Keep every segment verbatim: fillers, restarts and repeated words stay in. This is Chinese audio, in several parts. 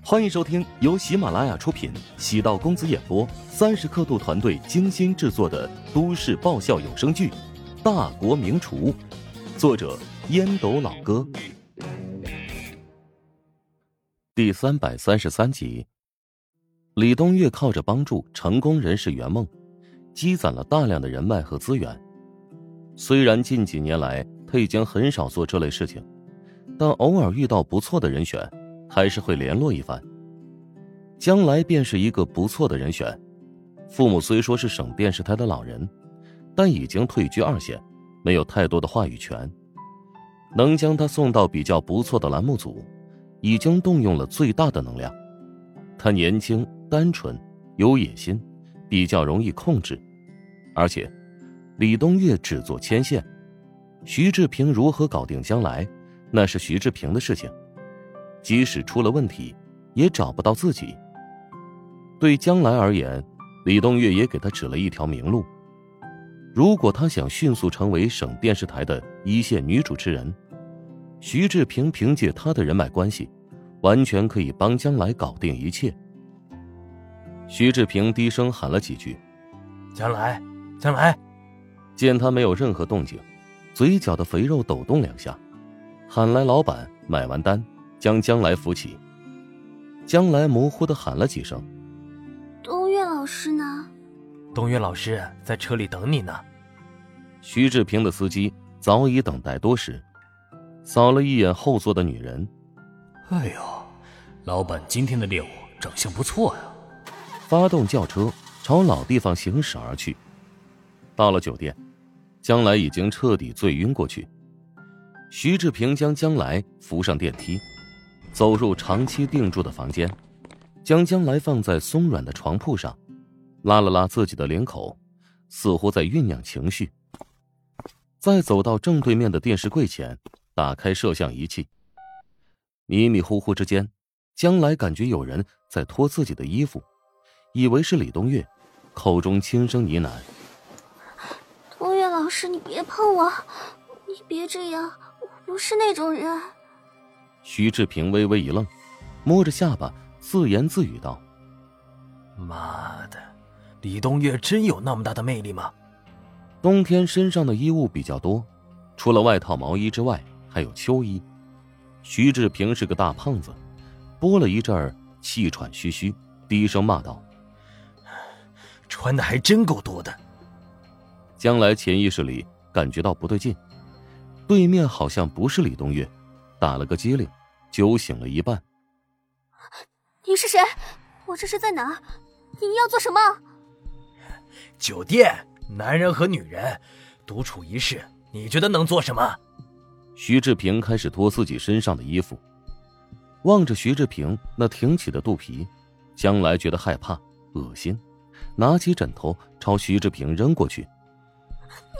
欢迎收听由喜马拉雅出品，喜道公子演播，三十刻度团队精心制作的都市爆笑有声剧《大国名厨》，作者烟斗老哥。第三百三十三集，李东岳靠着帮助成功人士圆梦，积攒了大量的人脉和资源。虽然近几年来他已经很少做这类事情，但偶尔遇到不错的人选，还是会联络一番。将来便是一个不错的人选。父母虽说是省电视台的老人，但已经退居二线，没有太多的话语权。能将他送到比较不错的栏目组，已经动用了最大的能量。他年轻单纯有野心，比较容易控制。而且李东岳只做牵线，徐志平如何搞定将来，那是徐志平的事情，即使出了问题也找不到自己。对将来而言，李东岳也给他指了一条明路。如果他想迅速成为省电视台的一线女主持人，徐志平凭借他的人脉关系，完全可以帮将来搞定一切。徐志平低声喊了几句： 将来将来。 见他没有任何动静，嘴角的肥肉抖动两下，喊来老板买完单，将将来扶起。将来模糊地喊了几声： 东岳老师呢？ 东岳老师在车里等你呢。 徐志平的司机早已等待多时，扫了一眼后座的女人。 哎呦，老板今天的猎物长相不错呀。 发动轿车朝老地方行驶而去。到了酒店，将来已经彻底醉晕过去。徐志平将将来扶上电梯，走入长期定住的房间，将将来放在松软的床铺上，拉了拉自己的领口，似乎在酝酿情绪。再走到正对面的电视柜前，打开摄像仪器。迷迷糊糊之间，将来感觉有人在脱自己的衣服，以为是李东岳，口中轻声呢喃： 东岳老师，你别碰我，你别这样，我不是那种人。 徐志平微微一愣，摸着下巴自言自语道： 妈的，李东岳真有那么大的魅力吗？ 冬天身上的衣物比较多，除了外套毛衣之外，还有秋衣。徐志平是个大胖子，拨了一阵儿，气喘吁吁，低声骂道： 穿的还真够多的。 将来潜意识里感觉到不对劲，对面好像不是李东岳，打了个激灵，酒醒了一半。 你是谁？我这是在哪？你要做什么？ 酒店，男人和女人独处一室，你觉得能做什么？ 徐志平开始脱自己身上的衣服，望着徐志平那挺起的肚皮，将来觉得害怕恶心，拿起枕头朝徐志平扔过去。 你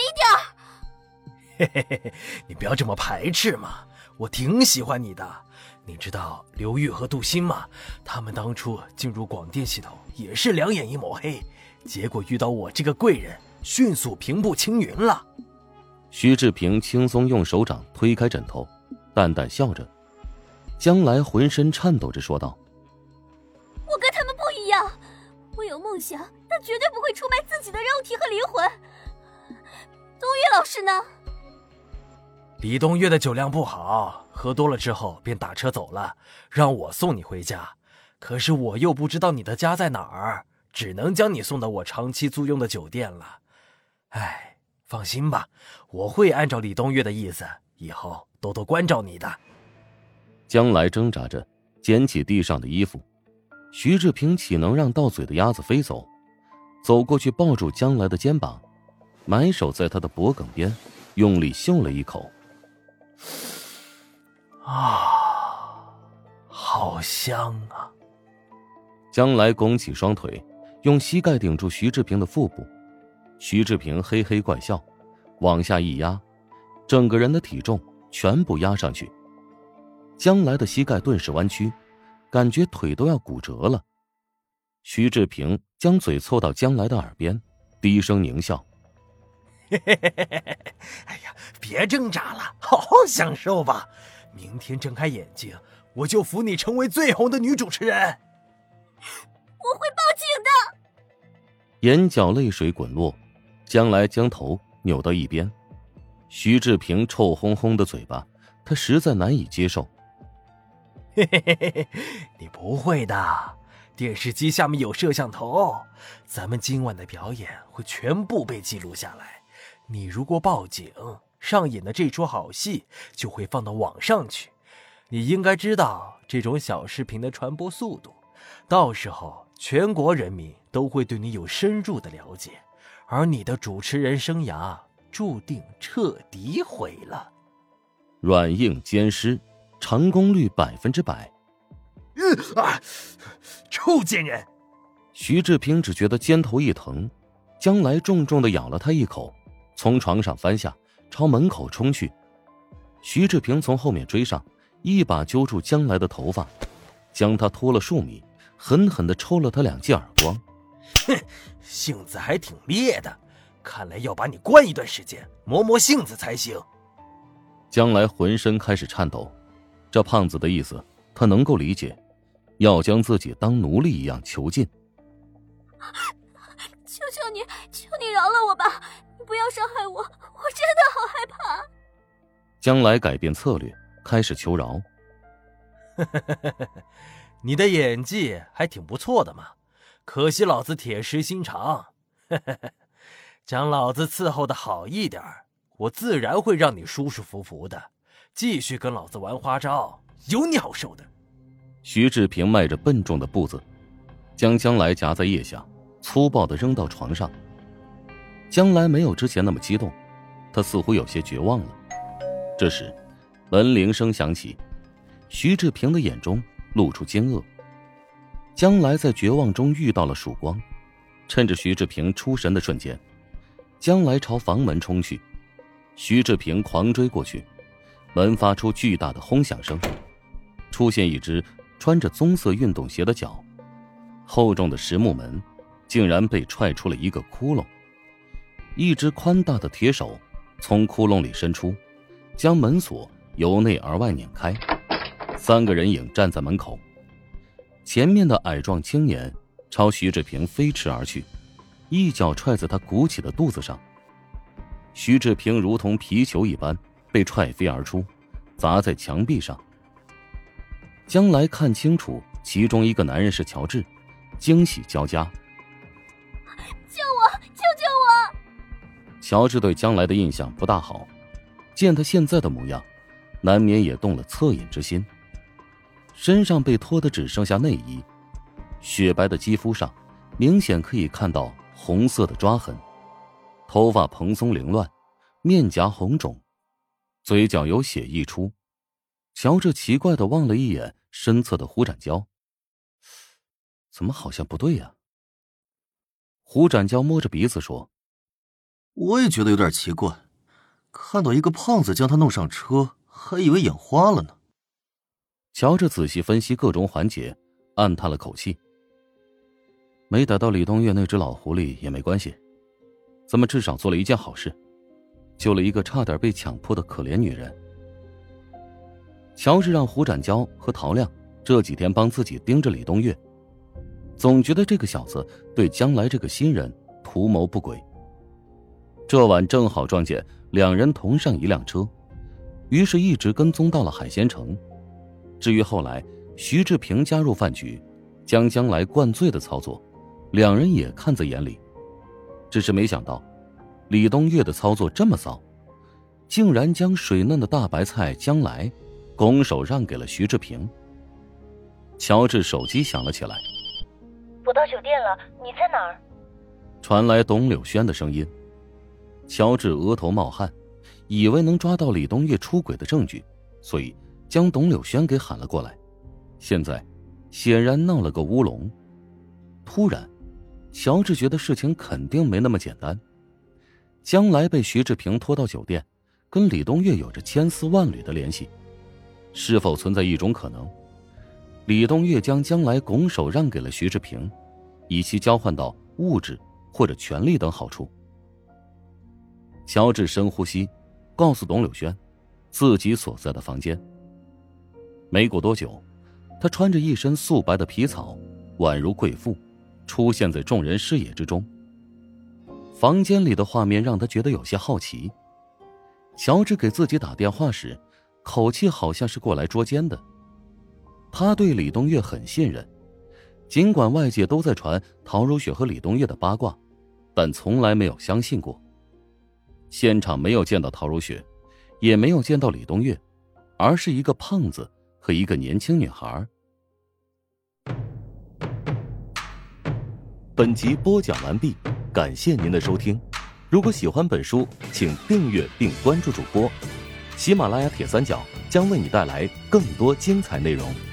离我远一点！ 嘿嘿嘿嘿，你不要这么排斥嘛，我挺喜欢你的。你知道刘玉和杜鑫吗？他们当初进入广电系统也是两眼一抹黑，结果遇到我这个贵人，迅速平步青云了。 徐志平轻松用手掌推开枕头，淡淡笑着。将来浑身颤抖着说道： 我跟他们不一样，我有梦想，但绝对不会出卖自己的肉体和灵魂。东岳老师呢？ 李东岳的酒量不好，喝多了之后便打车走了，让我送你回家。可是我又不知道你的家在哪儿，只能将你送到我长期租用的酒店了。唉，放心吧，我会按照李东岳的意思，以后多多关照你的。 将来挣扎着捡起地上的衣服，徐志平岂能让到嘴的鸭子飞走？走过去抱住将来的肩膀，埋手在他的脖颈边，用力嗅了一口。 啊，好香啊！ 将来拱起双腿，用膝盖顶住徐志平的腹部。徐志平嘿嘿怪笑，往下一压，整个人的体重全部压上去。将来的膝盖顿时弯曲，感觉腿都要骨折了。徐志平将嘴凑到将来的耳边，低声狞笑： 哎呀，别挣扎了，好好享受吧。 明天睁开眼睛，我就扶你成为最红的女主持人。 我会报警的。 眼角泪水滚落，将来将头扭到一边。徐志平臭烘烘的嘴巴，他实在难以接受。 嘿嘿嘿嘿，你不会的，电视机下面有摄像头，咱们今晚的表演会全部被记录下来。你如果报警，上演的这出好戏就会放到网上去。你应该知道这种小视频的传播速度，到时候全国人民都会对你有深入的了解，而你的主持人生涯注定彻底毁了。 软硬兼施，成功率百分之百。 呃啊！臭贱人！ 徐志平只觉得肩头一疼，将来重重地咬了他一口，从床上翻下，朝门口冲去。徐志平从后面追上，一把揪住将来的头发，将他拖了数米，狠狠地抽了他两记耳光。 哼，性子还挺烈的，看来要把你关一段时间，磨磨性子才行。 将来浑身开始颤抖，这胖子的意思他能够理解，要将自己当奴隶一样囚禁。 求求你，求你饶了我吧，你不要伤害我，我真的好害怕。 将来改变策略，开始求饶。 你的演技还挺不错的嘛，可惜老子铁石心肠。将老子伺候的好一点，我自然会让你舒舒服服的，继续跟老子玩花招，有你好受的。 徐志平迈着笨重的步子，将将来夹在腋下，粗暴地扔到床上。将来没有之前那么激动，他似乎有些绝望了。这时门铃声响起，徐志平的眼中露出惊愕。将来在绝望中遇到了曙光，趁着徐志平出神的瞬间，将来朝房门冲去。徐志平狂追过去，门发出巨大的轰响声，出现一只穿着棕色运动鞋的脚，厚重的实木门竟然被踹出了一个窟窿，一只宽大的铁手从窟窿里伸出，将门锁由内而外碾开。三个人影站在门口，前面的矮壮青年朝徐志平飞驰而去，一脚踹在他鼓起的肚子上。徐志平如同皮球一般被踹飞而出，砸在墙壁上。将来看清楚，其中一个男人是乔治，惊喜交加。 救我！救救我！ 乔治对将来的印象不大好，见他现在的模样，难免也动了恻隐之心。身上被脱得只剩下内衣，雪白的肌肤上明显可以看到红色的抓痕，头发蓬松凌乱，面颊红肿，嘴角有血溢出。乔治奇怪地望了一眼身侧的胡展娇，怎么好像不对呀？胡展娇摸着鼻子说： 我也觉得有点奇怪，看到一个胖子将他弄上车，还以为眼花了呢。 乔治仔细分析各种环节，暗叹了口气。没逮到李东岳那只老狐狸也没关系，咱们至少做了一件好事，救了一个差点被强迫的可怜女人。乔治让胡展娇和陶亮这几天帮自己盯着李东岳，总觉得这个小子对将来这个新人图谋不轨。这晚正好撞见两人同上一辆车，于是一直跟踪到了海鲜城。至于后来徐志平加入饭局，将将来灌醉的操作，两人也看在眼里。只是没想到李东岳的操作这么骚，竟然将水嫩的大白菜将来拱手让给了徐志平。乔治手机响了起来， 我到酒店了，你在哪儿？ 传来董柳轩的声音。乔治额头冒汗，以为能抓到李东岳出轨的证据，所以将董柳轩给喊了过来。现在显然闹了个乌龙。突然乔治觉得事情肯定没那么简单，将来被徐志平拖到酒店，跟李东岳有着千丝万缕的联系。是否存在一种可能，李东岳将将来拱手让给了徐志平，以其交换到物质或者权力等好处？乔治深呼吸，告诉董柳轩自己所在的房间。 没过多久，她穿着一身素白的皮草，宛如贵妇，出现在众人视野之中。房间里的画面让她觉得有些好奇。乔治给自己打电话时，口气好像是过来捉奸的。他对李冬月很信任，尽管外界都在传陶如雪和李冬月的八卦，但从来没有相信过。现场没有见到陶如雪，也没有见到李冬月，而是一个胖子和一个年轻女孩。本集播讲完毕，感谢您的收听。如果喜欢本书，请订阅并关注主播。喜马拉雅铁三角将为你带来更多精彩内容。